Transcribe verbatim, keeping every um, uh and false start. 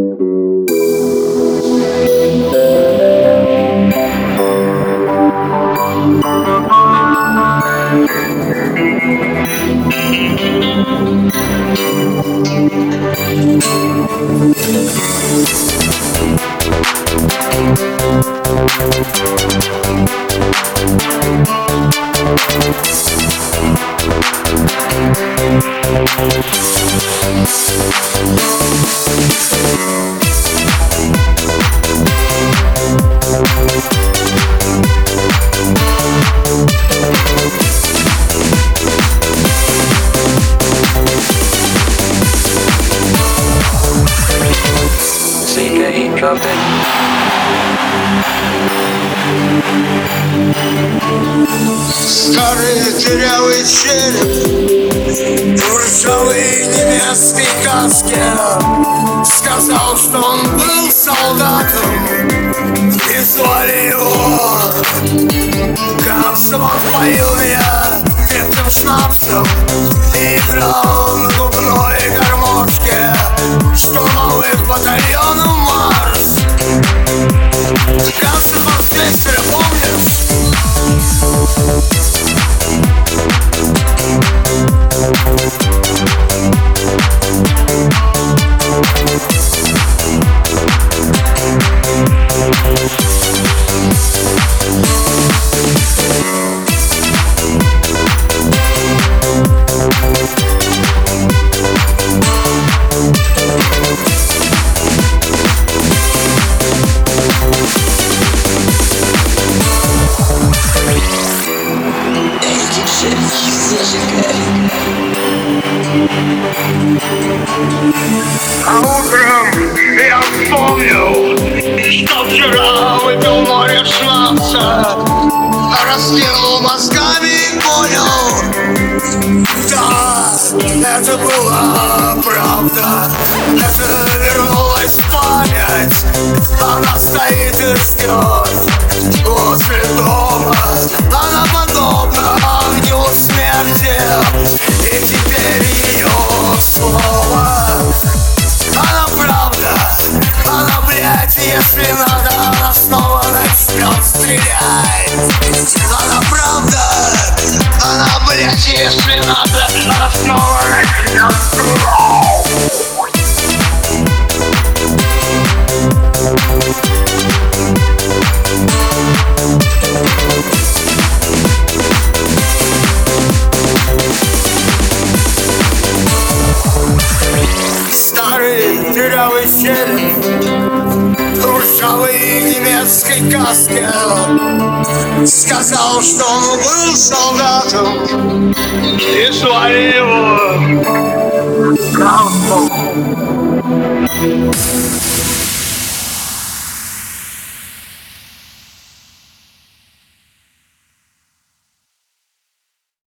Старый дырявый череп в ржавой немецкой каске сказал, что он был солдатом, и звали его Гансом. Он поил меня крепким шнапсом и играл на губной гармошке штурмовых батальонов Марс. Гансов оркестра, помнишь? А утром я вспомнил, что вчера выпил море шнапса, раскинул мозгами и понял: да, это была правда. Это вернулась память, она стоит и ждет возле дома. Она подобна огню смерти, и теперь ее слово. Она правда, она, блядь, если надо, она снова начнет стрелять. Она правда, она, блядь, если надо, она снова начнет стрелять. Старый дырявый череп в ржавой немецкой каске сказал, что он был солдатом, и звали его